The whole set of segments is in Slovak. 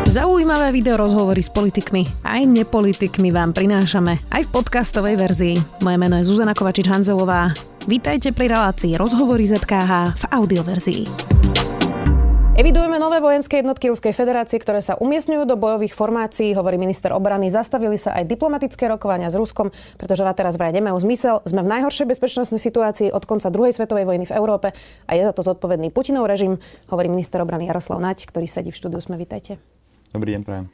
Zaujímavé videorozhovory s politikmi aj nepolitikmi vám prinášame aj v podcastovej verzii. Moje meno je Zuzana Kovačič-Hanzelová. Vítajte pri relácii Rozhovory ZKH v audioverzii. Evidujeme nové vojenské jednotky Ruskej federácie, ktoré sa umiestňujú do bojových formácií, hovorí minister obrany. Zastavili sa aj diplomatické rokovania s Ruskom, pretože na teraz vraj nemajú zmysel. Sme v najhoršej bezpečnostnej situácii od konca druhej svetovej vojny v Európe a je za to zodpovedný Putinov režim, hovorí minister obrany Jaroslav Naď, ktorý sedí v štúdiu. Vítajte. Dobrý deň, prajem.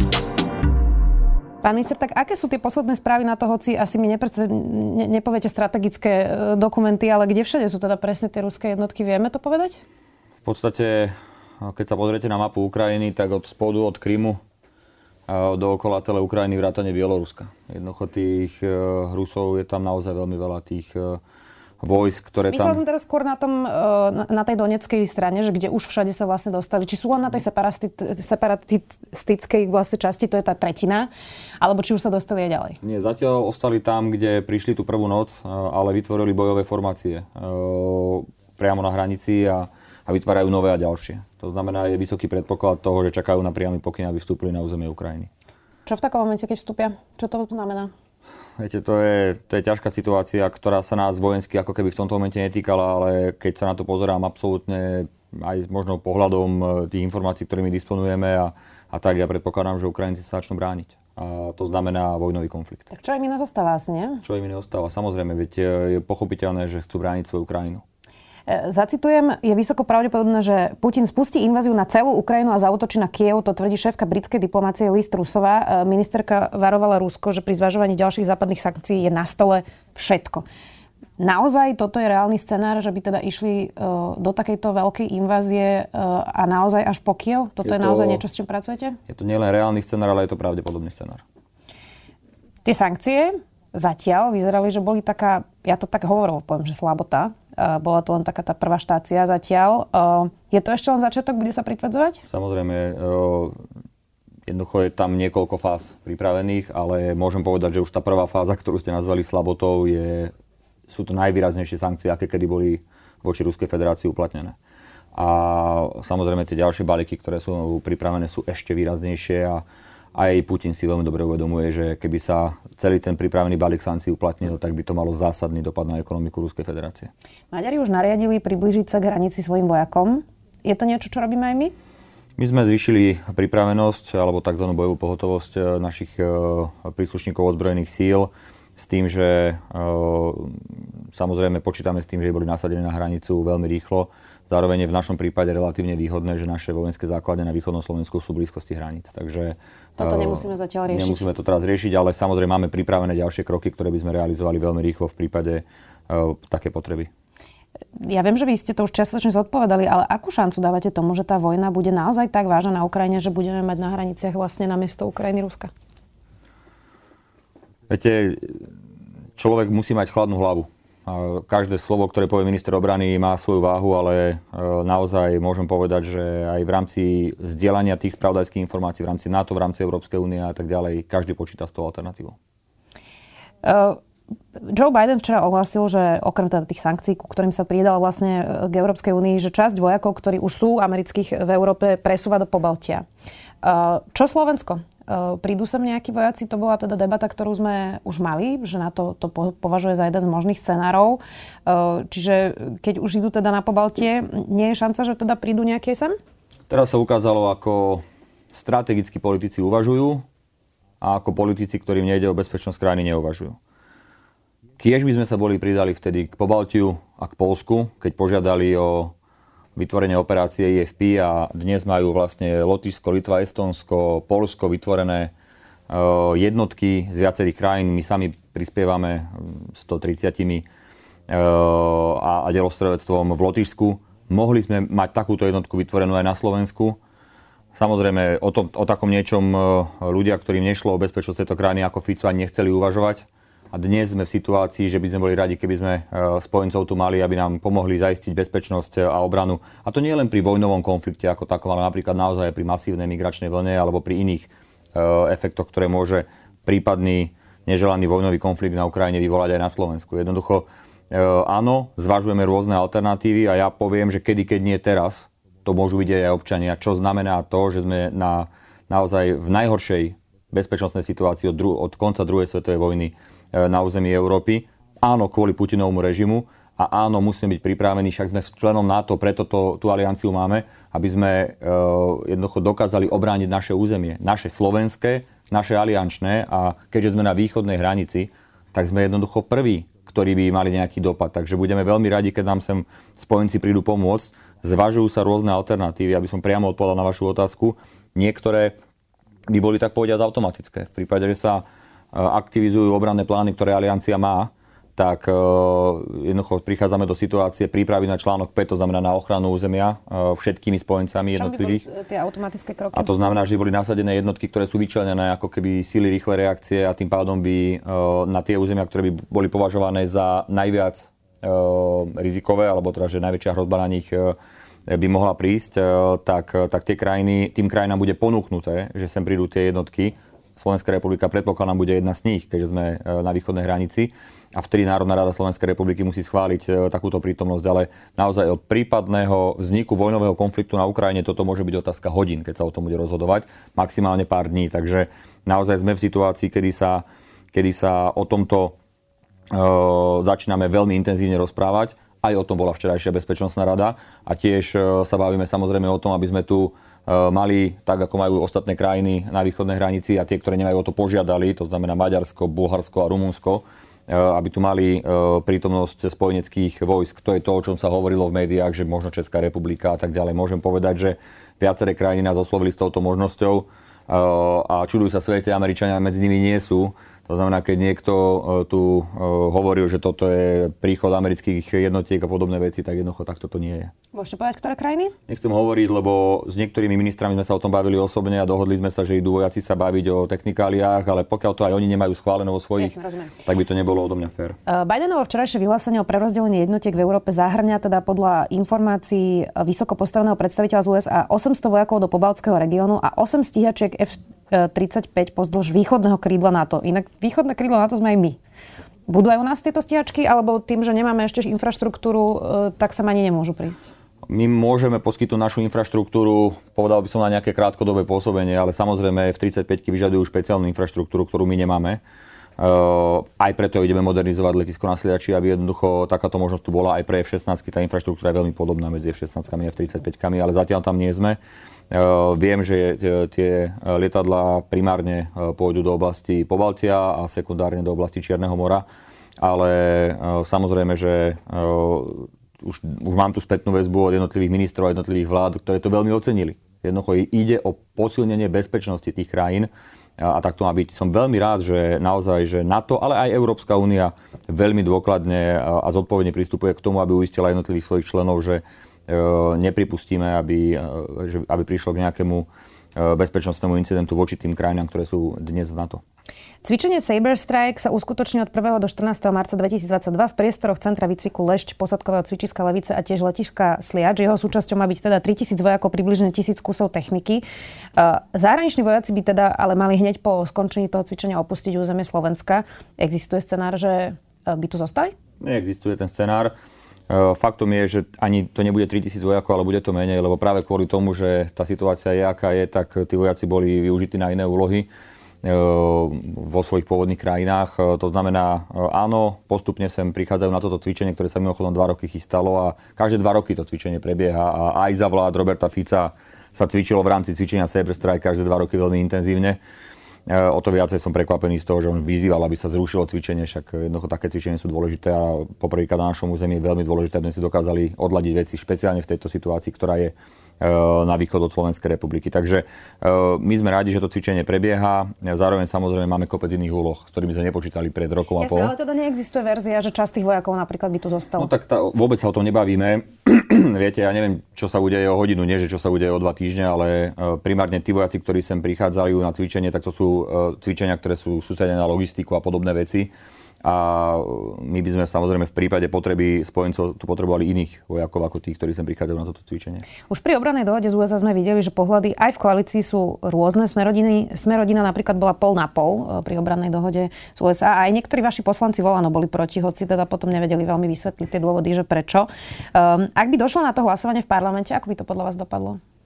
Pán minister, tak aké sú tie posledné správy na to, hoci asi mi nepoviete strategické dokumenty, ale kde všade sú teda presne tie ruské jednotky? Vieme to povedať? V podstate, keď sa pozriete na mapu Ukrajiny, tak od spodu, od Krymu do okolateľa Ukrajiny vrátane Bieloruska. Jednoducho tých Rusov je tam naozaj veľmi veľa, tých vojsk, ktoré tam... Myslel som teraz skôr na tej Donetskej strane, že kde už všade sa vlastne dostali. Či sú len na tej separatistickej vlastne časti, to je tá tretina, alebo či už sa dostali aj ďalej? Nie, zatiaľ ostali tam, kde prišli tú prvú noc, ale vytvorili bojové formácie priamo na hranici a vytvárajú nové a ďalšie. To znamená, je vysoký predpoklad toho, že čakajú na priamy pokyn, aby vstúpili na územie Ukrajiny. Čo v takom momente, keď vstúpia? Čo to znamená? Viete, to je ťažká situácia, ktorá sa nás vojensky ako keby v tomto momente netýkala, ale keď sa na to pozerám absolútne aj možno pohľadom tých informácií, ktorými disponujeme a tak, ja predpokladám, že Ukrajinci sa začnú brániť. A to znamená vojnový konflikt. Tak čo im iné zostáva asi, nie? Čo im iné zostáva? Samozrejme, veď je pochopiteľné, že chcú brániť svoju krajinu. Zacitujem, je vysoko pravdepodobné, že Putin spustí inváziu na celú Ukrajinu a zaútočí na Kyjev, to tvrdí šéfka britskej diplomácie Liz Trussová. Ministerka varovala Rusko, že pri zvažovaní ďalších západných sankcií je na stole všetko. Naozaj toto je reálny scenár, že by teda išli do takejto veľkej invázie a naozaj až po Kyjev? Toto je naozaj niečo, s čím pracujete? Je to nielen reálny scenár, ale je to pravdepodobný scenár. Tie sankcie zatiaľ vyzerali, že boli taká, ja to tak hovorím, poviem, že slabota. Bola to len taká tá prvá štácia zatiaľ. Je to ešte len začiatok, bude sa pritvrdzovať? Samozrejme, jednoducho je tam niekoľko fáz pripravených, ale môžem povedať, že už tá prvá fáza, ktorú ste nazvali slabotou, sú to najvýraznejšie sankcie, aké kedy boli voči Ruskej federácii uplatnené. A samozrejme tie ďalšie balíky, ktoré sú pripravené, sú ešte výraznejšie a aj Putin si veľmi dobre uvedomuje, že keby sa celý ten pripravený balík sankcií uplatnil, tak by to malo zásadný dopad na ekonomiku Ruskej federácie. Maďari už nariadili priblížiť sa k hranici svojim vojakom. Je to niečo, čo robíme aj my? My sme zvýšili pripravenosť alebo tzv. Bojovú pohotovosť našich príslušníkov ozbrojených síl s tým, že samozrejme počítame s tým, že boli nasadení na hranicu veľmi rýchlo. Zároveň je v našom prípade relatívne výhodné, že naše vojenské základne na východnom Slovensku sú v blízkosti hraníc. Takže toto nemusíme zatiaľ riešiť. Nemusíme to teraz riešiť, ale samozrejme máme pripravené ďalšie kroky, ktoré by sme realizovali veľmi rýchlo v prípade také potreby. Ja viem, že vy ste to už čiastočne zodpovedali, ale akú šancu dávate tomu, že tá vojna bude naozaj tak vážna na Ukrajine, že budeme mať na hraniciach vlastne namiesto Ukrajiny Ruska? Viete, človek musí mať chladnú hlavu. Každé slovo, ktoré povie minister obrany, má svoju váhu, ale naozaj môžem povedať, že aj v rámci zdieľania tých spravodajských informácií v rámci NATO, v rámci Európskej únie a tak ďalej, každý počíta s tou alternatívou. Joe Biden včera ohlásil, že okrem teda tých sankcií, ku ktorým sa pridal vlastne k Európskej únii, že časť vojakov, ktorí už sú amerických v Európe, presúva do Pobaltia. Čo Slovensko? Prídu sem nejakí vojaci? To bola teda debata, ktorú sme už mali, že na to považuje za jeden z možných scenárov. Čiže keď už idú teda na Pobaltie, nie je šanca, že teda prídu nejaké sem? Teraz sa ukázalo, ako strategickí politici uvažujú a ako politici, ktorým nejde o bezpečnosť krajiny, neuvažujú. Kiež by sme sa boli pridali vtedy k Pobaltiu a k Poľsku, keď požiadali o vytvorenie operácie IFP a dnes majú vlastne Lotyšsko, Litva, Estónsko, Poľsko vytvorené jednotky z viacerých krajín. My sami prispievame 130 a delostrojectvom v Lotyšsku. Mohli sme mať takúto jednotku vytvorenú aj na Slovensku. Samozrejme, o takom niečom ľudia, ktorým nešlo o bezpečnosť tejto krajiny ako Fico, ani nechceli uvažovať. A dnes sme v situácii, že by sme boli radi, keby sme spojencov tu mali, aby nám pomohli zaistiť bezpečnosť a obranu. A to nie len pri vojnovom konflikte ako takom, ale napríklad naozaj pri masívnej migračnej vlne alebo pri iných efektoch, ktoré môže prípadný neželaný vojnový konflikt na Ukrajine vyvolať aj na Slovensku. Jednoducho, áno, zvažujeme rôzne alternatívy a ja poviem, že kedy, keď nie teraz, to môžu vidieť aj občania. Čo znamená to, že sme na naozaj v najhoršej bezpečnostnej situácii od konca druhej svetovej vojny na území Európy. Áno, kvôli Putinovmu režimu a áno, musíme byť pripravení, však sme členom NATO, preto tú alianciu máme, aby sme jednoducho dokázali obrániť naše územie, naše slovenské, naše aliančné a keďže sme na východnej hranici, tak sme jednoducho prví, ktorí by mali nejaký dopad. Takže budeme veľmi radi, keď nám sem spojenci prídu pomôcť. Zvažujú sa rôzne alternatívy, aby som priamo odpovedal na vašu otázku. Niektoré by boli tak povediať automatické. V prípade, že sa aktivizujú obranné plány, ktoré aliancia má, tak jednoducho prichádzame do situácie prípravy na článok 5, to znamená na ochranu územia všetkými spojencami jednotlivých. Čo by boli tie automatické kroky? A to znamená, že boli nasadené jednotky, ktoré sú vyčlenené ako keby síly rýchle reakcie a tým pádom by na tie územia, ktoré by boli považované za najviac rizikové, alebo teda, že najväčšia hrozba na nich by mohla prísť, tak tým krajinám bude ponúknuté, že sem prídu tie jednotky. Slovenská republika, predpokladám, bude jedna z nich, keďže sme na východnej hranici. A vtedy Národná rada Slovenskej republiky musí schváliť takúto prítomnosť. Ale naozaj od prípadného vzniku vojnového konfliktu na Ukrajine toto môže byť otázka hodín, keď sa o tom bude rozhodovať. Maximálne pár dní. Takže naozaj sme v situácii, kedy sa o tomto začíname veľmi intenzívne rozprávať. Aj o tom bola včerajšia bezpečnostná rada. A tiež sa bavíme samozrejme o tom, aby sme tu mali, tak ako majú ostatné krajiny na východnej hranici a tie, ktoré nemajú o to požiadali, to znamená Maďarsko, Bulharsko a Rumunsko, aby tu mali prítomnosť spojeneckých vojsk. To je to, o čom sa hovorilo v médiách, že možno Česká republika a tak ďalej. Môžem povedať, že viaceré krajiny nás oslovili s touto možnosťou a čudujú sa svete, Američania medzi nimi nie sú. To znamená, keď niekto tu hovoril, že toto je príchod amerických jednotiek a podobné veci, tak jednoducho takto to nie je. Môžete povedať, ktoré krajiny? Nechcem hovoriť, lebo s niektorými ministrami sme sa o tom bavili osobne a dohodli sme sa, že idú vojaci sa baviť o technikáliách, ale pokiaľ to aj oni nemajú schválené vo svojich, tak by to nebolo odo mňa fér. Bidenovo včerajšie vyhlásenie o prerozdelení jednotiek v Európe zahŕňa teda podľa informácií vysoko postaveného predstaviteľa z USA 800 vojakov do pobaltského regiónu a 8 stíhačiek F-35 pozdĺž východného krídla NATO. Inak východné krídlo NATO sme aj my. Budú aj u nás tieto stíhačky, alebo tým, že nemáme ešte infraštruktúru, tak sa ani nemôžu prísť? My môžeme poskytnúť našu infraštruktúru, povedal by som na nejaké krátkodobé pôsobenie, ale samozrejme F-35 vyžadujú špeciálnu infraštruktúru, ktorú my nemáme. Aj preto ideme modernizovať letisko na Sliači, aby jednoducho takáto možnosť tu bola aj pre F-16. Tá infraštruktúra je veľmi podobná medzi F-16 a F-35, ale zatiaľ tam nie sme. Viem, že tie lietadlá primárne pôjdu do oblasti Pobaltia a sekundárne do oblasti Čierneho mora, ale samozrejme, že už mám tu spätnú väzbu od jednotlivých ministrov a jednotlivých vlád, ktoré to veľmi ocenili. Jednoducho ide o posilnenie bezpečnosti tých krajín a tak to má byť. Som veľmi rád, že naozaj, že NATO, ale aj Európska únia veľmi dôkladne a zodpovedne pristupuje k tomu, aby uistila jednotlivých svojich členov, že nepripustíme, aby prišlo k nejakému bezpečnostnému incidentu voči tým krajinám, ktoré sú dnes v NATO. Cvičenie Saber Strike sa uskutoční od 1. do 14. marca 2022 v priestoroch centra výcviku Lešť, posádkového cvičiska Levice a tiež letiska Sliač. Jeho súčasťou má byť teda 3000 vojakov, približne 1000 kusov techniky. Zahraniční vojaci by teda ale mali hneď po skončení toho cvičenia opustiť územie Slovenska. Existuje scenár, že by tu zostali? Neexistuje ten scenár. Faktom je, že ani to nebude 3000 vojakov, ale bude to menej, lebo práve kvôli tomu, že tá situácia je, aká je, tak tí vojaci boli využití na iné úlohy vo svojich pôvodných krajinách. To znamená, áno, postupne sem prichádzajú na toto cvičenie, ktoré sa mimochodom 2 roky chystalo a každé 2 roky to cvičenie prebieha a aj za vlád Roberta Fica sa cvičilo v rámci cvičenia Saber Strike každé 2 roky veľmi intenzívne. O to viacej som prekvapený z toho, že on vyzýval, aby sa zrušilo cvičenie, však jednoducho také cvičenie sú dôležité a poprvýkrát na našom území je veľmi dôležité, aby sme si dokázali odladiť veci špeciálne v tejto situácii, ktorá je na východ od Slovenskej republiky. Takže my sme rádi, že to cvičenie prebieha. Zároveň samozrejme máme kopec iných úloh, s ktorými sme nepočítali pred rokom a pol. Ale teda neexistuje verzia, že časť tých vojakov napríklad by tu zostalo. No tak vôbec sa o tom nebavíme. Viete, ja neviem, čo sa udeje o hodinu, nie že čo sa udeje o 2 týždne, ale primárne tí vojaci, ktorí sem prichádzajú na cvičenie, tak to sú cvičenia, ktoré sú sústredené na logistiku a podobné veci. A my by sme samozrejme v prípade potreby spojencov tu potrebovali iných vojakov ako tých, ktorí sem prichádzajú na toto cvičenie. Už pri obrannej dohode z USA sme videli, že pohľady aj v koalícii sú rôzne. Smer-rodina napríklad bola pol na pol pri obrannej dohode z USA. A aj niektorí vaši poslanci Volano boli proti, hoci teda potom nevedeli veľmi vysvetliť tie dôvody, že prečo. Ak by došlo na to hlasovanie v parlamente, ako by to podľa vás dopadlo?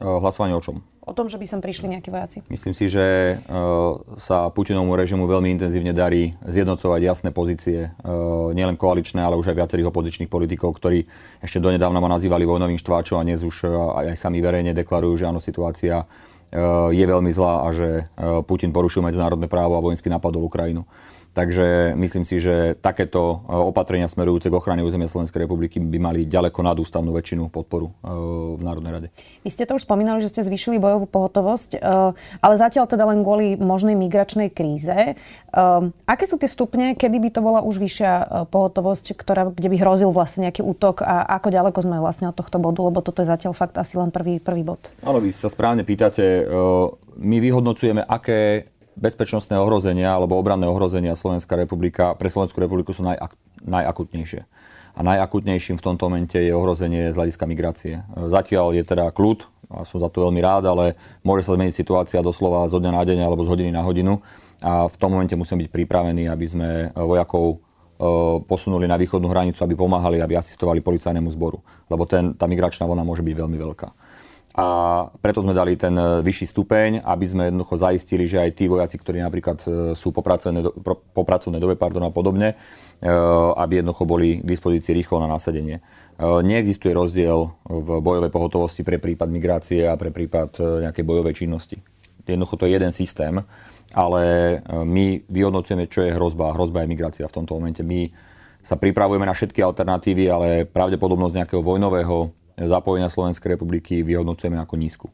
Hlasovanie o čom? O tom, že by sem prišli nejakí vojaci. Myslím si, že sa Putinovmu režimu veľmi intenzívne darí zjednocovať jasné pozície, nielen koaličné, ale už aj viacerých opozičných politikov, ktorí ešte donedávna ma nazývali vojnovým štváčom a dnes už aj sami verejne deklarujú, že áno, situácia je veľmi zlá a že Putin porušil medzinárodné právo a vojensky napadol Ukrajinu. Takže myslím si, že takéto opatrenia smerujúce k ochrane územia Slovenskej republiky by mali ďaleko nad ústavnú väčšinu podporu v Národnej rade. Vy ste to už spomínali, že ste zvýšili bojovú pohotovosť, ale zatiaľ teda len kvôli možnej migračnej kríze. Aké sú tie stupne, kedy by to bola už vyššia pohotovosť, kde by hrozil vlastne nejaký útok a ako ďaleko sme vlastne od tohto bodu, lebo toto je zatiaľ fakt asi len prvý bod. Áno, vy sa správne pýtate. My vyhodnocujeme, aké bezpečnostné ohrozenia alebo obranné ohrozenia pre Slovenskú republiku sú najakútnejšie. A najakútnejším v tomto momente je ohrozenie z hľadiska migrácie. Zatiaľ je teda kľud, a som za to veľmi rád, ale môže sa zmeniť situácia doslova zo dňa na deň alebo z hodiny na hodinu. A v tom momente musíme byť pripravení, aby sme vojakov posunuli na východnú hranicu, aby pomáhali, aby asistovali policajnému zboru. Lebo tá migračná vlna môže byť veľmi veľká. A preto sme dali ten vyšší stupeň, aby sme jednoducho zaistili, že aj tí vojaci, ktorí napríklad sú po pracovnej dobe a podobne, aby jednoducho boli k dispozícii rýchlo na nasadenie. Neexistuje rozdiel v bojovej pohotovosti pre prípad migrácie a pre prípad nejakej bojovej činnosti. Jednoducho to je jeden systém, ale my vyhodnocujeme, čo je hrozba. Hrozba je migrácia v tomto momente. My sa pripravujeme na všetky alternatívy, ale pravdepodobnosť nejakého vojnového zapojenia Slovenskej republiky vyhodnocujeme ako nízku.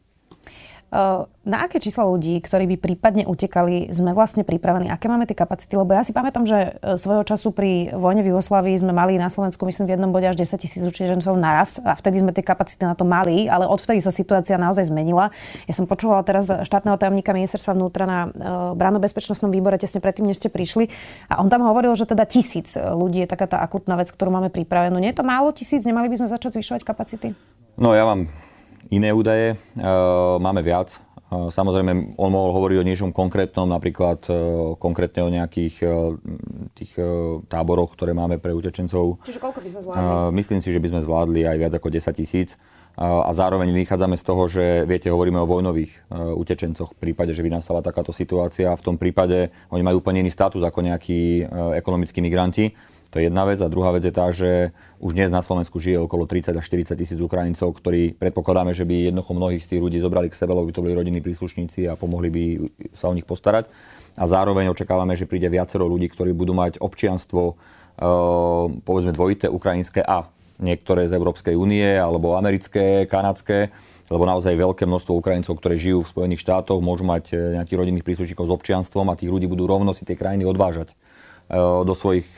Na aké čísla ľudí, ktorí by prípadne utekali, sme vlastne pripravení? Aké máme tie kapacity? Lebo ja si pamätám, že svojho času pri vojne v Jugoslávii sme mali na Slovensku, myslím, v jednom bode až 10 000 utečencov naraz a vtedy sme tie kapacity na to mali, ale odvtedy sa situácia naozaj zmenila. Ja som počúvala teraz štátneho tajomníka ministerstva vnútra na branno-bezpečnostnom výbore tesne predtým, než ste prišli a on tam hovoril, že teda 1000 ľudí je taká tá akútna vec, ktorú máme pripravenú. Nie je to málo 1000? Nemali by sme začať zvyšovať kapacity? No ja mám iné údaje, máme viac. Samozrejme, on mohol hovoriť o niečom konkrétnom, napríklad konkrétne o nejakých tých táboroch, ktoré máme pre utečencov. Čiže koľko by sme zvládli? Myslím si, že by sme zvládli aj viac ako 10 000. A zároveň vychádzame z toho, že, viete, hovoríme o vojnových utečencoch v prípade, že by nastala takáto situácia. V tom prípade oni majú úplne iný status ako nejakí ekonomickí migranti. To je jedna vec. A druhá vec je tá, že už dnes na Slovensku žije okolo 30 až 40 tisíc Ukrajincov, ktorí predpokladáme, že by jednoducho mnohých z tých ľudí zobrali k sebe, lebo by to boli rodinní príslušníci a pomohli by sa o nich postarať. A zároveň očakávame, že príde viacero ľudí, ktorí budú mať občianstvo, povedzme dvojité, ukrajinské a niektoré z Európskej únie, alebo americké, kanadské, lebo naozaj veľké množstvo Ukrajincov, ktorí žijú v Spojených štátoch, môžu mať nejakých rodinných príslušníkov s občianstvom a tých ľudí budú rovno si tie krajiny odvážať do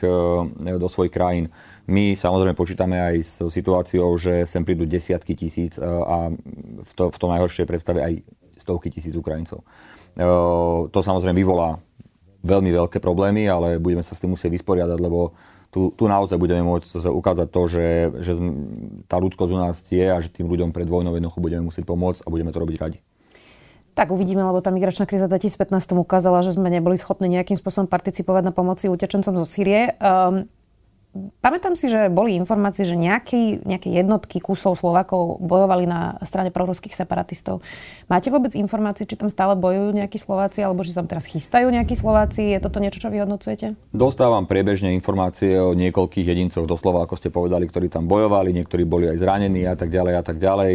svojich krajín. My samozrejme počítame aj s situáciou, že sem prídu desiatky tisíc a v tom najhoršej predstave aj stovky tisíc Ukrajincov. To samozrejme vyvolá veľmi veľké problémy, ale budeme sa s tým musieť vysporiadať, lebo tu naozaj budeme môcť ukázať to, že tá ľudskosť u nás je a že tým ľuďom pred vojnou jednoducho budeme musieť pomôcť a budeme to robiť radi. Tak uvidíme, lebo tá migračná kríza 2015 ukázala, že sme neboli schopní nejakým spôsobom participovať na pomoci utečencom zo Sýrie. Pamätám si, že boli informácie, že nejaké jednotky kusov Slovákov bojovali na strane proruských separatistov. Máte vôbec informácie, či tam stále bojujú nejakí Slováci, alebo či sa tam teraz chystajú nejakí Slováci? Je toto niečo, čo vyhodnocujete? Dostávam priebežne informácie o niekoľkých jedincoch doslova, ako ste povedali, ktorí tam bojovali, niektorí boli aj zranení a tak ďalej a tak ďalej.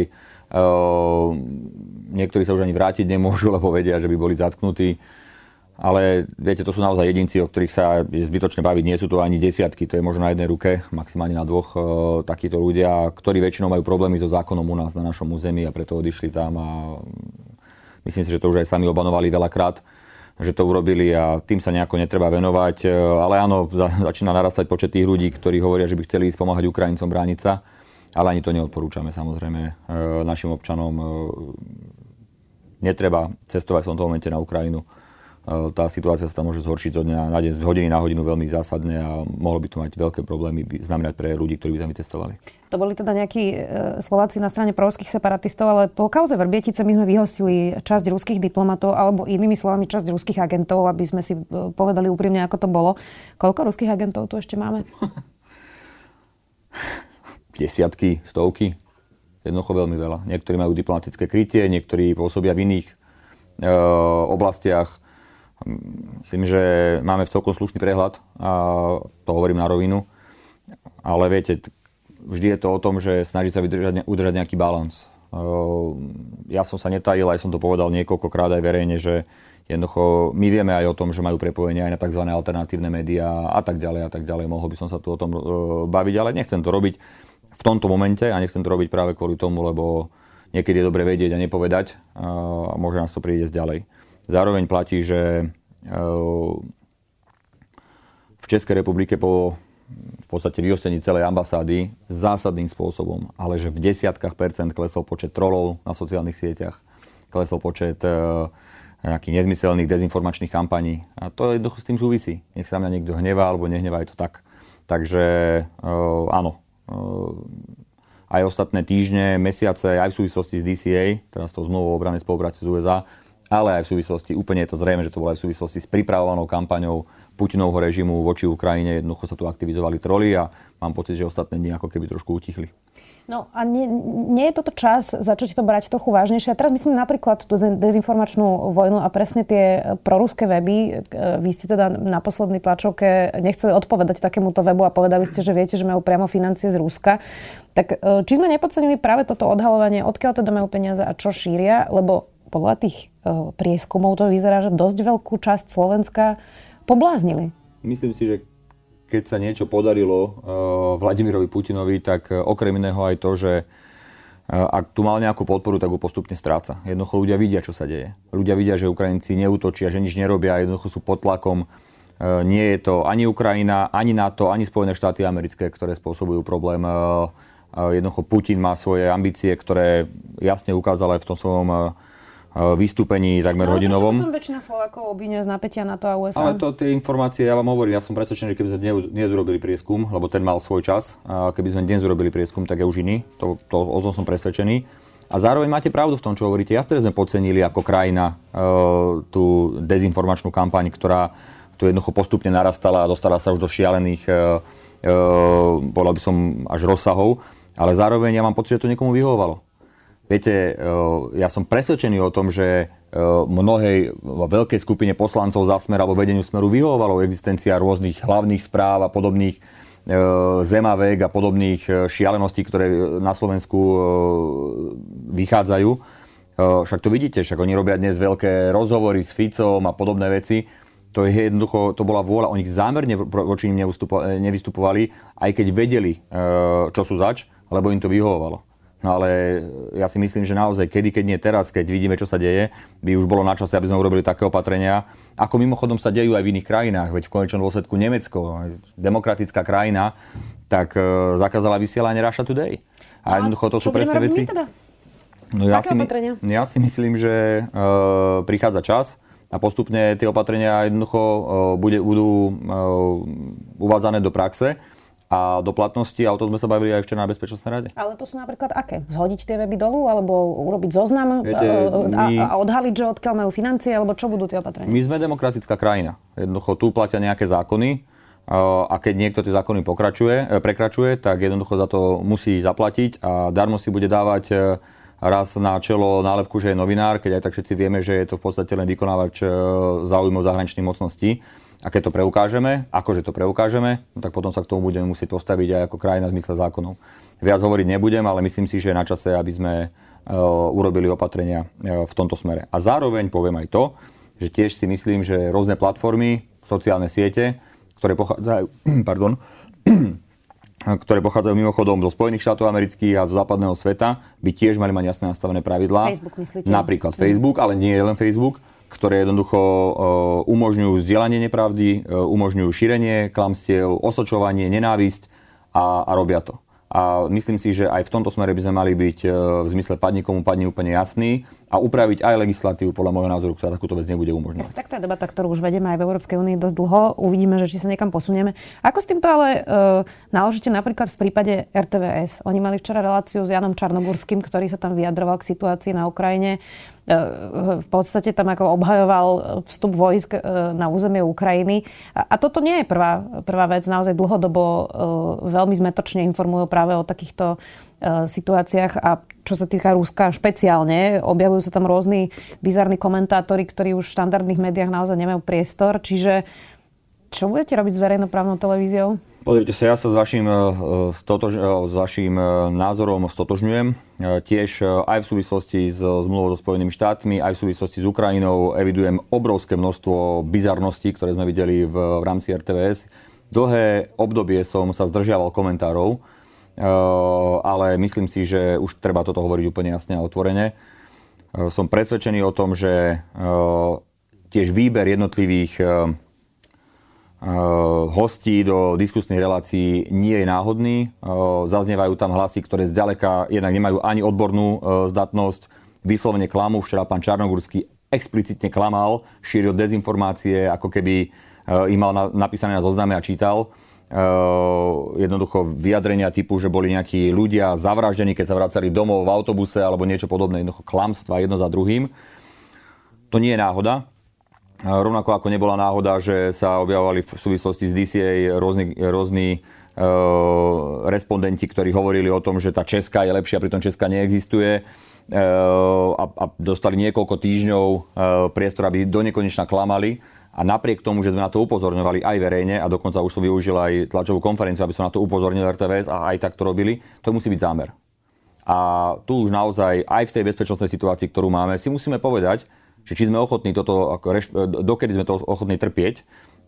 Niektorí sa už ani vrátiť nemôžu, lebo vedia, že by boli zatknutí. Ale viete, to sú naozaj jedinci, o ktorých sa je zbytočne baviť. Nie sú to ani desiatky, to je možno na jednej ruke, maximálne na dvoch takíto ľudia, ktorí väčšinou majú problémy so zákonom u nás na našom území a preto odišli tam. A myslím si, že to už aj sami obanovali veľakrát, že to urobili a tým sa nejako netreba venovať. Ale áno, začína narastať počet tých ľudí, ktorí hovoria, že by chceli ísť pomáhať Ukrajincom brániť sa. Ale ani to neodporúčame samozrejme našim občanom. Netreba cestovať v tomto momente na Ukrajinu. Tá situácia sa tam môže zhoršiť zo dňa na deň, z hodiny na hodinu veľmi zásadne a mohlo by to mať veľké problémy znamenať pre ľudí, ktorí by tam vycestovali. To boli teda nejakí Slováci na strane proruských separatistov, ale po kauze Vrbietice my sme vyhostili časť ruských diplomatov alebo inými slovami časť ruských agentov, aby sme si povedali úprimne, ako to bolo. Koľko ruských agentov tu ešte máme? Desiatky, stovky. Jednoducho veľmi veľa. Niektorí majú diplomatické krytie, niektorí pôsobia v iných oblastiach. Myslím, že máme v celkom slušný prehľad, a to hovorím na rovinu. Ale viete, vždy je to o tom, že snaží sa udržať nejaký balans. Ja som sa netajil, aj som to povedal niekoľkokrát aj verejne, že jednoducho my vieme aj o tom, že majú prepojenie aj na tzv. Alternatívne médiá a tak ďalej a tak ďalej. Mohol by som sa tu o tom baviť, ale nechcem to robiť v tomto momente a nechcem to robiť práve kvôli tomu, lebo niekedy je dobre vedieť a nepovedať a môže nás to prísť ďalej. Zároveň platí, že v Českej republike po v podstate vyhostení celej ambasády zásadným spôsobom, ale že v desiatkách percent klesol počet trollov na sociálnych sieťach, klesol počet nejakých nezmyselných dezinformačných kampaní. A to jednoducho s tým súvisí. Nech sa mňa niekto hnevá alebo nehnevá, je to tak. Takže áno, aj ostatné týždne, mesiace, aj v súvislosti s DCA, teraz to zmluvou o obranej spolupráci z USA, ale aj v súvislosti, úplne je to zrejme, že to bolo aj v súvislosti s pripravovanou kampaňou Putinovho režimu voči Ukrajine, jednoducho sa tu aktivizovali troly a mám pocit, že ostatné dni ako keby trošku utichli. No a nie je toto čas začať to brať trochu vážnejšie? A teraz myslím napríklad tú dezinformačnú vojnu a presne tie proruské weby. Vy ste teda na poslednej tlačovke nechceli odpovedať takémuto webu a povedali ste, že viete, že majú priamo financie z Ruska. Tak či sme nepodcenili práve toto odhalovanie, odkiaľ teda majú peniaze a čo šíria? Lebo podľa tých prieskumov to vyzerá, že dosť veľkú časť Slovenska pobláznili. Myslím si, že keď sa niečo podarilo Vladimirovi Putinovi, tak okrem iného aj to, že ak tu mal nejakú podporu, tak ho postupne stráca. Jednoducho ľudia vidia, čo sa deje. Ľudia vidia, že Ukrajinci neútočia, že nič nerobia, jednoducho sú pod tlakom. Nie je to ani Ukrajina, ani NATO, ani Spojené štáty americké, ktoré spôsobujú problém. Jednoducho Putin má svoje ambície, ktoré jasne ukázal aj v tom svojom vystúpení takmer hodinovom. Prečo potom väčšina Slovákov obviňuje z napätia NATO a USA? Ale to tie informácie, ja vám hovorím, ja som presvedčený, že keby sme dnes urobili prieskum, lebo ten mal svoj čas, a keby sme dnes urobili prieskum, tak je už iný. O tom som presvedčený. A zároveň máte pravdu v tom, čo hovoríte. Jasne sme podcenili ako krajina tú dezinformačnú kampaň, ktorá tu jednoducho postupne narastala a dostala sa už do šialených, povedal by som, až rozsahov. Ale zároveň ja mám pocit, že to niekomu vyhovovalo. Viete, ja som presvedčený o tom, že mnohej veľkej skupine poslancov za Smer alebo vedeniu Smeru vyhovovalo existencia rôznych hlavných správ a podobných zemavek a podobných šialeností, ktoré na Slovensku vychádzajú. Však to vidíte, však oni robia dnes veľké rozhovory s Ficom a podobné veci. To je jednoducho, to bola vôľa, oni zámerne voči nim nevystupovali, aj keď vedeli, čo sú zač, lebo im to vyhovovalo. No ale ja si myslím, že naozaj keď nie teraz, keď vidíme, čo sa deje, by už bolo na čase, aby sme urobili také opatrenia, ako mimochodom sa dejú aj v iných krajinách, veď v konečnom dôsledku Nemecko, demokratická krajina, tak zakázala vysielanie Russia Today. A jednoducho to sú presne veci. Teda? No ja si myslím, že prichádza čas a postupne tie opatrenia jednoducho budú uvádzané do praxe a do platnosti, a o tom sme sa bavili aj včera na Bezpečnostnej rade. Ale to sú napríklad aké? Zhodiť tie weby dolu, alebo urobiť zoznam a odhaliť, že odkiaľ majú financie, alebo čo budú tie opatrenia? My sme demokratická krajina. Jednoducho tu platia nejaké zákony a keď niekto tie zákony prekračuje, tak jednoducho za to musí zaplatiť a darmo si bude dávať raz na čelo nálepku, že je novinár, keď aj tak všetci vieme, že je to v podstate len vykonávač záujmov zahraničných mocností. A keď to preukážeme, no tak potom sa k tomu budeme musieť postaviť aj ako krajina v zmysle zákonov. Viac hovoriť nebudem, ale myslím si, že je na čase, aby sme urobili opatrenia v tomto smere. A zároveň poviem aj to, že tiež si myslím, že rôzne platformy, sociálne siete, ktoré pochádzajú mimochodom zo Spojených štátov amerických a zo západného sveta, by tiež mali mať jasné nastavené pravidlá. Facebook, myslíte? Napríklad Facebook, ale nie je len Facebook, ktoré jednoducho umožňujú zdieľanie nepravdy, umožňujú šírenie klamstiev, osočovanie, nenávisť a robia to. A myslím si, že aj v tomto smere by sme mali byť v zmysle padni komu padni úplne jasný a upraviť aj legislatívu podľa môjho názoru, ktorá takúto vec nebude umožňovať. Tak to je debata, ktorú už vedieme aj v Európskej únii dosť dlho. Uvidíme, že či sa niekam posunieme. Ako s týmto ale naložíte napríklad v prípade RTVS? Oni mali včera reláciu s Janom Čarnogórskym, ktorý sa tam vyjadroval k situácii na Ukrajine. V podstate tam ako obhajoval vstup vojsk na územie Ukrajiny. A toto nie je prvá vec. Naozaj dlhodobo veľmi zmätočne informujú práve o takýchto situáciách a čo sa týka Ruska špeciálne. Objavujú sa tam rôzni bizarní komentátori, ktorí už v štandardných médiách naozaj nemajú priestor. Čiže čo budete robiť s verejnoprávnou televíziou? Pozrite sa, ja sa s vaším názorom stotožňujem. Tiež aj v súvislosti s zmluvou so Spojenými štátmi, aj v súvislosti s Ukrajinou evidujem obrovské množstvo bizarností, ktoré sme videli v rámci RTVS. Dlhé obdobie som sa zdržiaval komentárov, ale myslím si, že už treba toto hovoriť úplne jasne a otvorene. Som presvedčený o tom, že tiež výber jednotlivých hostí do diskusných relácií nie je náhodný. Zaznievajú tam hlasy, ktoré zďaleka jednak nemajú ani odbornú zdatnosť, vyslovene klamú. Včera pán Čarnogurský explicitne klamal, šíril dezinformácie, ako keby ich mal napísané na zozname a čítal. Jednoducho vyjadrenia typu, že boli nejakí ľudia zavraždení, keď sa vracali domov v autobuse alebo niečo podobné, jednoducho klamstva jedno za druhým. To nie je náhoda. Rovnako ako nebola náhoda, že sa objavovali v súvislosti s DCA rôzni respondenti, ktorí hovorili o tom, že tá česká je lepšia, pritom česká neexistuje a dostali niekoľko týždňov priestor, aby do nekonečna klamali. A napriek tomu, že sme na to upozorňovali aj verejne a dokonca už som využil aj tlačovú konferenciu, aby som na to upozornil RTVS a aj tak to robili, to musí byť zámer. A tu už naozaj aj v tej bezpečnostnej situácii, ktorú máme, si musíme povedať, že či sme ochotní toto, dokedy sme to ochotní trpieť.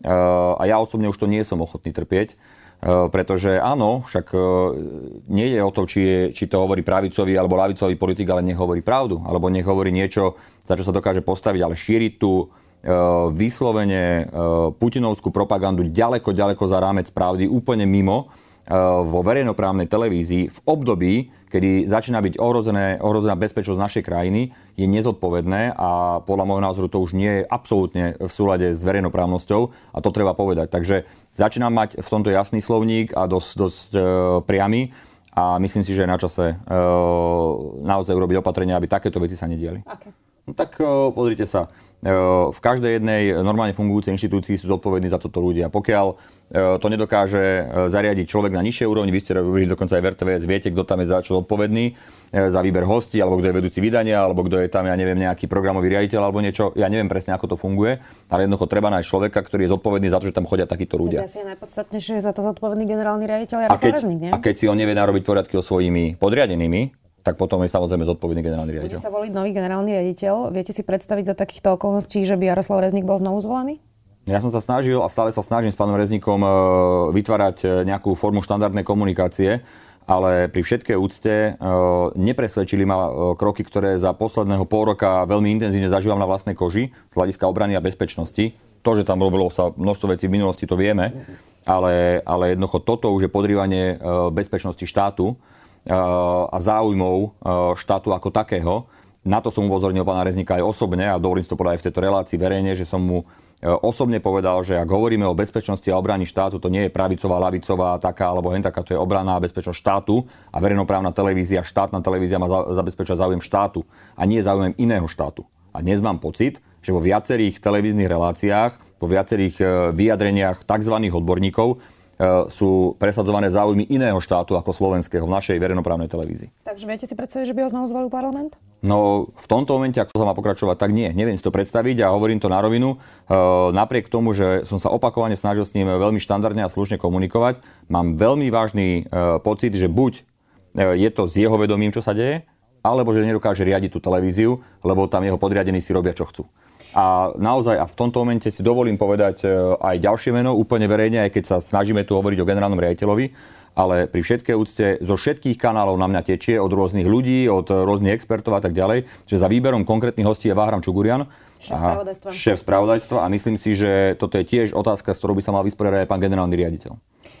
A ja osobne už to nie som ochotný trpieť, pretože áno, však nie je o to, či to hovorí pravicový alebo ľavicový politik, ale nech hovorí pravdu, alebo nech hovorí niečo, za čo sa dokáže postaviť, ale šíriť tú vyslovene putinovskú propagandu ďaleko za rámec pravdy, úplne mimo, vo verejnoprávnej televízii v období, kedy začína byť ohrozená bezpečnosť našej krajiny, je nezodpovedné a podľa môjho názoru to už nie je absolútne v súlade s verejnoprávnosťou a to treba povedať. Takže začínam mať v tomto jasný slovník a dosť priamy a myslím si, že je na čase naozaj urobiť opatrenia, aby takéto veci sa nediali. Okay. No tak pozrite sa, v každej jednej normálne fungujúcej inštitúcii sú zodpovední za toto ľudia. Pokiaľ to nedokáže zariadiť človek na nižšej úrovni, vy ste robili dokonca aj v RTVS, viete, kto tam je za čo zodpovedný, za výber hostí, alebo kto je vedúci vydania, alebo kto je tam, ja neviem, nejaký programový riaditeľ, alebo niečo. Ja neviem presne, ako to funguje, ale jednoducho treba nájsť človeka, ktorý je zodpovedný za to, že tam chodia takíto ľudia. Asi je najpodstatnejšie, že za to zodpovedný generálny riaditeľ Jaroslav Rezník, nie? A keď si on nevie narobiť poriadky so svojimi podriadenými, tak potom je samozrejme zodpovedný generálny riaditeľ. Bude sa voliť nový generálny riaditeľ. Viete si predstaviť za takýchto okolností, že by Jaroslav Rezník bol znovu zvolený? Ja som sa snažil a stále sa snažím s pánom Rezníkom vytvárať nejakú formu štandardnej komunikácie, ale pri všetkej úcte nepresvedčili ma kroky, ktoré za posledného pol roka veľmi intenzívne zažívam na vlastnej koži z hľadiska obrany a bezpečnosti. To, že tam robilo sa množstvo vecí v minulosti, to vieme, ale jednoducho toto už je podrývanie bezpečnosti štátu a záujmov štátu ako takého. Na to som upozornil pána Rezníka aj osobne a dovolím si to povedať aj v tejto relácii verejne, že som mu osobne povedal, že ak hovoríme o bezpečnosti a obrane štátu, to nie je pravicová, ľavicová, taká alebo hen taká, to je obrana a bezpečnosť štátu a verejnoprávna televízia, štátna televízia má zabezpečovať záujem štátu a nie záujem iného štátu. A dnes mám pocit, že vo viacerých televíznych reláciách, vo viacerých vyjadreniach tzv. Odborníkov sú presadzované záujmy iného štátu ako slovenského v našej verejnoprávnej televízii. Takže viete si predstaviť, že by ho znovu zvolil parlament? No v tomto momente, ak to sa má pokračovať, tak nie. Neviem si to predstaviť a hovorím to na rovinu. Napriek tomu, že som sa opakovane snažil s ním veľmi štandardne a slušne komunikovať, mám veľmi vážny pocit, že buď je to s jeho vedomím, čo sa deje, alebo že nedokáže riadiť tú televíziu, lebo tam jeho podriadení si robia, čo chcú. A naozaj, a v tomto momente si dovolím povedať aj ďalšie meno, úplne verejne, aj keď sa snažíme tu hovoriť o generálnom riaditeľovi, ale pri všetkej úcte zo všetkých kanálov na mňa tečie, od rôznych ľudí, od rôznych expertov a tak ďalej, že za výberom konkrétnych hostí je Váhram Čugurian, šéf spravodajstva a myslím si, že toto je tiež otázka, s ktorou by sa mal vysporiadať aj pán generálny riaditeľ.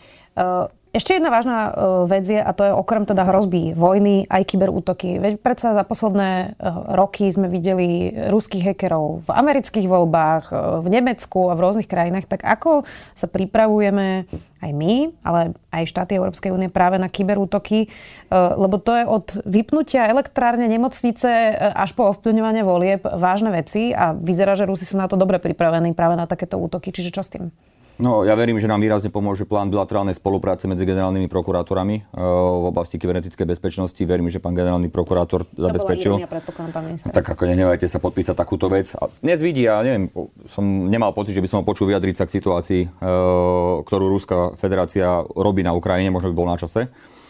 Ešte jedna vážna vec je, a to je okrem teda hrozby vojny, aj kyberútoky. Veď predsa za posledné roky sme videli ruských hackerov v amerických voľbách, v Nemecku a v rôznych krajinách. Tak ako sa pripravujeme aj my, ale aj štáty Európskej únie práve na kyberútoky? Lebo to je od vypnutia elektrárne, nemocnice až po ovplyvňovanie volieb vážne veci a vyzerá, že Rusi sú na to dobre pripravení práve na takéto útoky. Čiže čo s tým? No, ja verím, že nám výrazne pomôže plán bilaterálnej spolupráce medzi generálnymi prokurátorami v oblasti kybernetickej bezpečnosti. Verím, že pán generálny prokurátor zabezpečil. Tak ako nehnevajte sa podpísať takúto vec. A dnes vidí, ja neviem, som nemal pocit, že by som ho počul vyjadriť sa k situácii, ktorú Ruská federácia robí na Ukrajine, možno by bol na čase,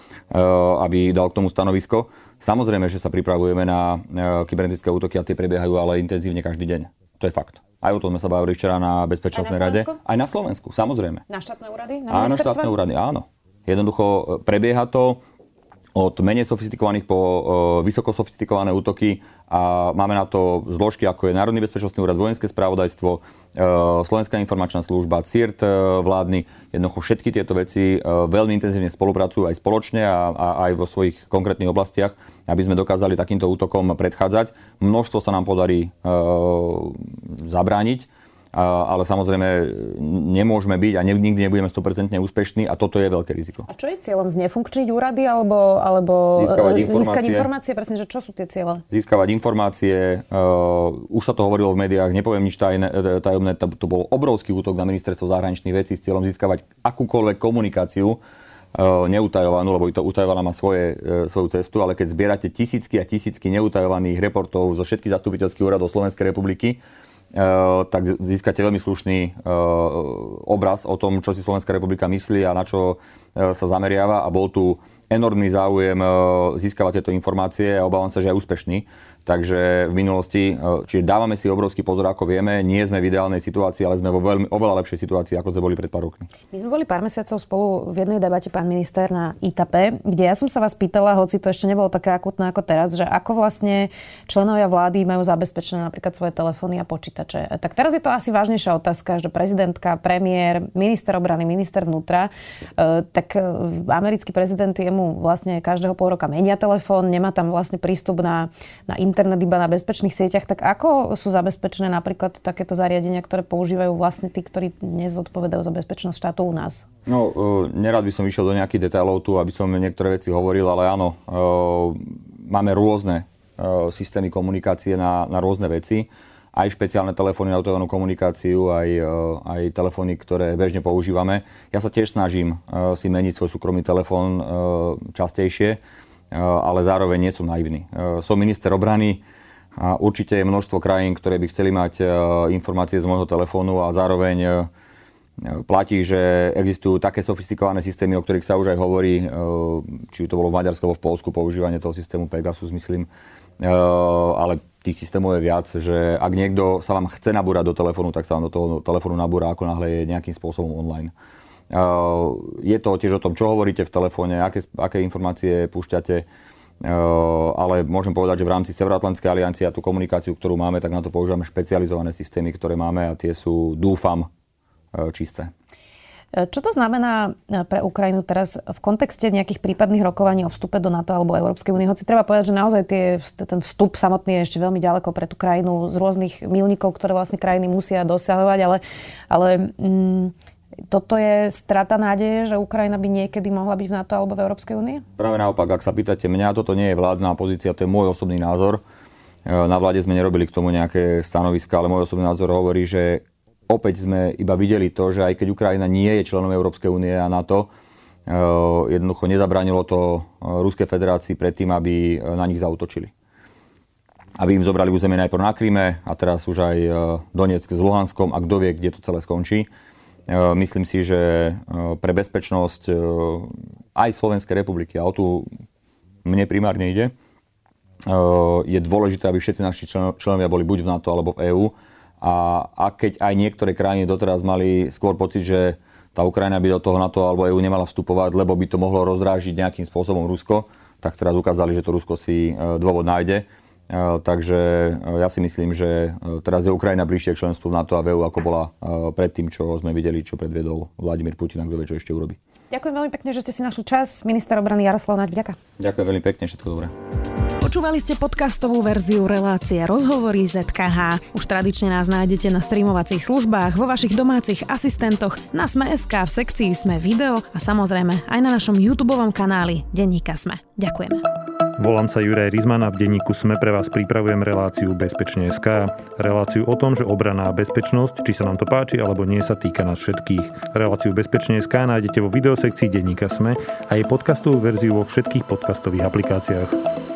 aby dal k tomu stanovisko. Samozrejme, že sa pripravujeme na kybernetické útoky a tie prebiehajú ale intenzívne každý deň. To je fakt. Aj o tom sme sa bavili včera na Bezpečnostnej rade. Aj na Slovensku, samozrejme. Na štátne úrady? Na štátne úrady, áno. Jednoducho prebieha to od menej sofistikovaných po vysoko sofistikované útoky a máme na to zložky, ako je Národný bezpečnostný úrad, Vojenské spravodajstvo, Slovenská informačná služba, CIRT vládny. Jednoducho všetky tieto veci veľmi intenzívne spolupracujú aj spoločne a aj vo svojich konkrétnych oblastiach, aby sme dokázali takýmto útokom predchádzať. Množstvo sa nám podarí zabrániť. Ale samozrejme nemôžeme byť a nikdy nebudeme 100% úspešní a toto je veľké riziko. A čo je cieľom? Znefunkčniť úrady alebo získať informácie? Presne, že čo sú tie ciele? Získavať informácie. Už sa to hovorilo v médiách, nepoviem nič tajomné. To bol obrovský útok na ministerstvo zahraničných vecí s cieľom získavať akúkoľvek komunikáciu neutajovanú, lebo to utajovaná má svoju cestu, ale keď zbierate tisícky a tisícky neutajovaných reportov zo všetkých zastupiteľských úradov Slovenskej republiky, tak získate veľmi slušný obraz o tom, čo si Slovenská republika myslí a na čo sa zameriava a bol tu enormný záujem získavať tieto informácie a obávam sa, že aj úspešný. Takže v minulosti, čiže dávame si obrovský pozor, ako vieme, nie sme v ideálnej situácii, ale sme vo oveľa lepšej situácii, ako sme boli pred pár rokmi. My sme boli pár mesiacov spolu v jednej debate, pán minister, na ITAPE, kde ja som sa vás pýtala, hoci to ešte nebolo také akútne ako teraz, že ako vlastne členovia vlády majú zabezpečené napríklad svoje telefóny a počítače. Tak teraz je to asi vážnejšia otázka, že prezidentka, premiér, minister obrany, minister vnútra, tak americký prezident jemu vlastne každého pol roka menia telefón, nemá tam vlastne prístup na internet iba na bezpečných sieťach, tak ako sú zabezpečené napríklad takéto zariadenia, ktoré používajú vlastne tí, ktorí nezodpovedajú za bezpečnosť štátu u nás? No, nerad by som išiel do nejakých detailov tu, aby som niektoré veci hovoril, ale áno, máme rôzne systémy komunikácie na rôzne veci. Aj špeciálne telefóny na utajovanú komunikáciu, aj telefóny, ktoré bežne používame. Ja sa tiež snažím si meniť svoj súkromný telefón častejšie, ale zároveň nie som naivný. Som minister obrany a určite je množstvo krajín, ktoré by chceli mať informácie z môjho telefónu a zároveň platí, že existujú také sofistikované systémy, o ktorých sa už aj hovorí, či to bolo v Maďarsku alebo v Poľsku, používanie toho systému Pegasus, myslím, ale tých systémov je viac, že ak niekto sa vám chce nabúrať do telefónu, tak sa vám do toho telefónu nabúra, ako náhle je nejakým spôsobom online. Je to tiež o tom, čo hovoríte v telefóne, aké informácie púšťate, ale môžem povedať, že v rámci Severoatlantickej aliancie a tú komunikáciu, ktorú máme, tak na to používame špecializované systémy, ktoré máme a tie sú, dúfam, čisté. Čo to znamená pre Ukrajinu teraz v kontexte nejakých prípadných rokovaní o vstupe do NATO alebo Európskej únie? Hoci treba povedať, že naozaj ten vstup samotný je ešte veľmi ďaleko pre tú krajinu z rôznych milníkov, ktoré vlastne krajiny musia dosahovať, ale toto je strata nádeje, že Ukrajina by niekedy mohla byť v NATO alebo v Európskej únii? Práve naopak, ak sa pýtate mňa, toto nie je vládna pozícia, to je môj osobný názor. Na vláde sme nerobili k tomu nejaké stanoviska, ale môj osobný názor hovorí, že opäť sme iba videli to, že aj keď Ukrajina nie je členom Európskej únie a NATO, jednoducho nezabránilo to Ruskej federácii predtým, aby na nich zaútočili. Aby im zobrali územie najprv na Kryme a teraz už aj Donetsk s Luhanskom a kto vie, kde to celé skončí. Myslím si, že pre bezpečnosť aj Slovenskej republiky, a o tu mne primárne ide, je dôležité, aby všetci naši členovia boli buď v NATO alebo v EÚ. A keď aj niektoré krajiny doteraz mali skôr pocit, že tá Ukrajina by do toho NATO alebo EÚ nemala vstupovať, lebo by to mohlo rozdrážiť nejakým spôsobom Rusko, tak teraz ukázali, že to Rusko si dôvod nájde. Takže ja si myslím, že teraz je Ukrajina bližšie k členstvu v NATO a v EU, ako bola predtým, čo sme videli, čo predviedol Vladimír Putin, a kto vie, čo ešte urobí. Ďakujem veľmi pekne, že ste si našli čas. Minister obrany Jaroslav Naď, vďaka. Ďakujem veľmi pekne, všetko dobré. Počúvali ste podcastovú verziu relácie Rozhovory ZKH. Už tradične nás nájdete na streamovacích službách, vo vašich domácich asistentoch, na Sme.sk, v sekcii Sme video a samozrejme aj na našom YouTubeovom kanáli Denníka Sme. Ďakujeme. Volám sa Juraj Rizman a v denníku SME pre vás pripravujem reláciu Bezpečne.sk. Reláciu o tom, že obrana a bezpečnosť, či sa nám to páči alebo nie, sa týka nás všetkých. Reláciu Bezpečne.sk nájdete vo videosekcii denníka SME a jej podcastovú verziu vo všetkých podcastových aplikáciách.